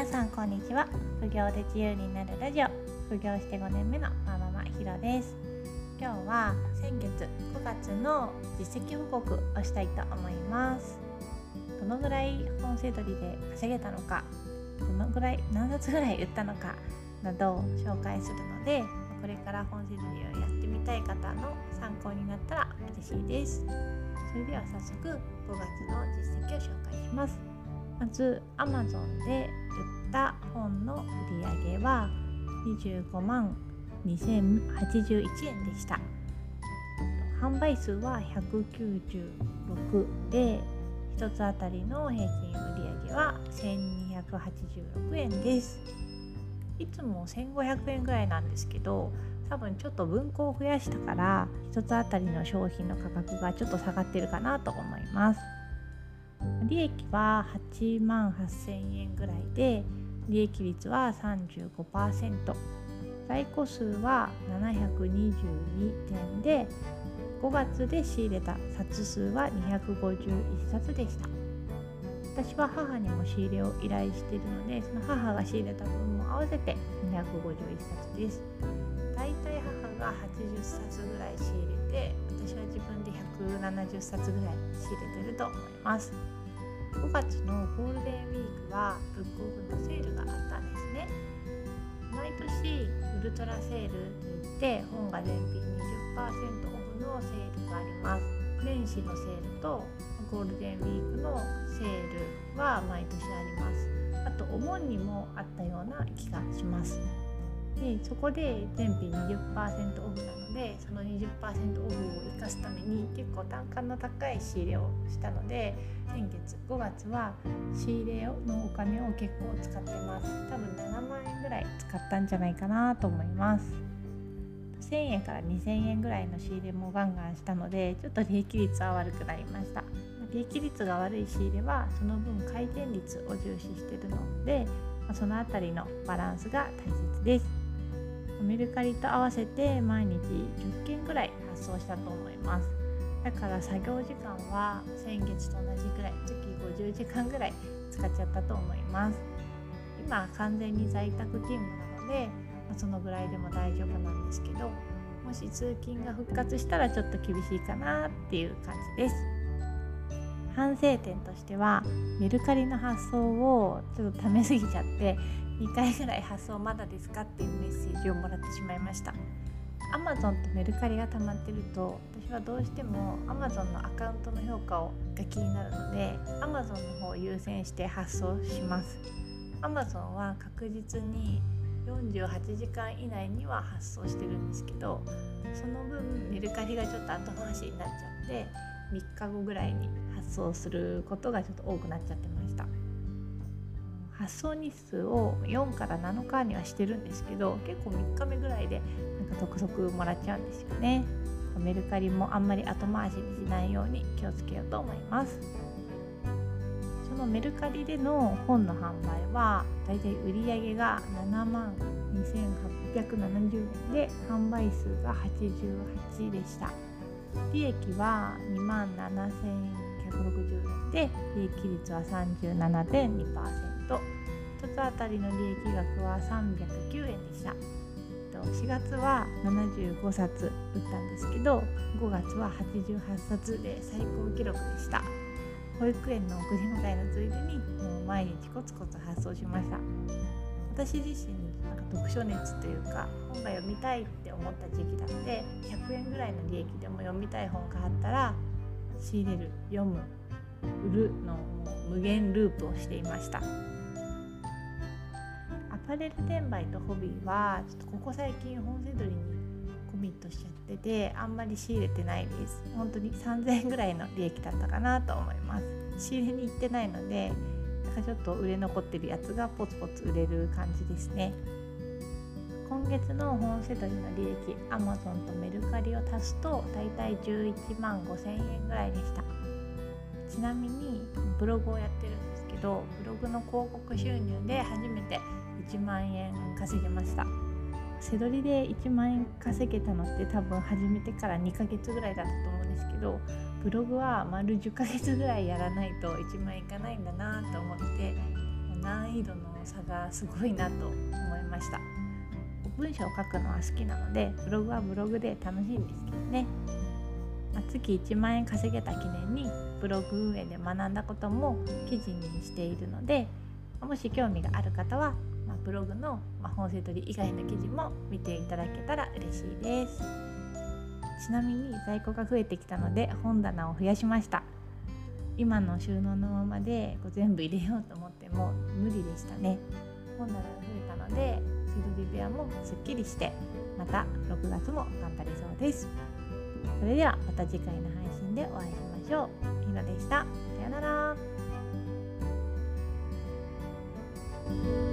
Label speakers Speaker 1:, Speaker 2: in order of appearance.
Speaker 1: さんこんにちは。副業で自由になるラジオ、副業して5年目のママひろです。今日は先月5月の実績報告をしたいと思います。どのぐらい本セドリで稼げたのか、どのぐらい何冊ぐらい売ったのかなどを紹介するので、これから本セドリをやってみたい方の参考になったら嬉しいです。それでは早速5月の実績を紹介します。まず Amazon で売った本の売上は25万2081円でした。販売数は196で、1つあたりの平均売上は1286円です。いつも1500円ぐらいなんですけど、多分ちょっと分庫を増やしたから1つあたりの商品の価格がちょっと下がってるかなと思います。利益は8万8000円ぐらいで、利益率は 35%、 在庫数は722点で、5月で仕入れた冊数は251冊でした。私は母にも仕入れを依頼しているので、その母が仕入れた分も合わせて251冊です。だいたい母が80冊ぐらい仕入れて、私は自分で170冊ぐらい仕入れてると思います。5月のゴールデンウィークはブックオフのセールがあったんですね。毎年ウルトラセールといって本が全品 20% オフのセールがあります。年始のセールとゴールデンウィークのセールは毎年あります。あとお盆にもあったような気がします。でそこで全品 20% オフなので、その 20% オフを生かすために結構単価の高い仕入れをしたので、先月5月は仕入れのお金を結構使ってます。多分7万円ぐらい使ったんじゃないかなと思います。1000円から2000円ぐらいの仕入れもガンガンしたので、ちょっと利益率は悪くなりました。利益率が悪い仕入れはその分回転率を重視しているので、そのあたりのバランスが大切です。メルカリと合わせて毎日10件ぐらい発送したと思います。だから作業時間は先月と同じぐらい、月50時間ぐらい使っちゃったと思います。今完全に在宅勤務なので、そのぐらいでも大丈夫なんですけど、もし通勤が復活したらちょっと厳しいかなっていう感じです。反省点としては、メルカリの発送をちょっとためすぎちゃって2回ぐらい発送まだですかっていうメッセージをもらってしまいました。 Amazon とメルカリが溜まってると、私はどうしても Amazon のアカウントの評価が気になるので Amazon の方を優先して発送します。 Amazon は確実に48時間以内には発送してるんですけど、その分メルカリがちょっと後回しになっちゃって3日後ぐらいに発送することがちょっと多くなっちゃってました。発送日数を4から7日にはしてるんですけど、結構3日目ぐらいで続々もらっちゃうんですよね。メルカリもあんまり後回しにしないように気をつけようと思います。そのメルカリでの本の販売はだいたい売上が7万2870円で、販売数が88でした。利益は2万7160円で、利益率は 37.2%、 一つあたりの利益額は309円でした。4月は75冊売ったんですけど、5月は88冊で最高記録でした。保育園の送り迎えのついでにもう毎日コツコツ発送しました。私自身読書熱というか、本が読みたいって思った時期なので、100円ぐらいの利益でも読みたい本があったら仕入れる、読む、売るの無限ループをしていました。アパレル転売とホビーはちょっとここ最近本セドリにコミットしちゃってて、あんまり仕入れてないです。本当に3000円ぐらいの利益だったかなと思います。仕入れに行ってないので、ちょっと売れ残ってるやつがポツポツ売れる感じですね。今月の本セドリの利益、 Amazon とメルカリを足すとだいたい11万5000円ぐらいでした。ちなみにブログをやってるんですけど、ブログの広告収入で初めて1万円稼げました。セドリで1万円稼げたのって多分始めてから2ヶ月ぐらいだったと思うんですけど、ブログは丸10ヶ月ぐらいやらないと1万円いかないんだなと思って、 難易度の差がすごいなと思いました。文章を書くのは好きなのでブログはブログで楽しいんですけどね、月1万円稼げた記念にブログ運営で学んだことも記事にしているので、もし興味がある方は、ブログの本セ取り以外の記事も見ていただけたら嬉しいです。ちなみに在庫が増えてきたので本棚を増やしました。今の収納のままで全部入れようと思っても無理でしたね。本棚が増えたのでセルビ部屋もすっきりして、また6月も頑張れそうです。それではまた次回の配信でお会いしましょう。ひろでした。さよなら。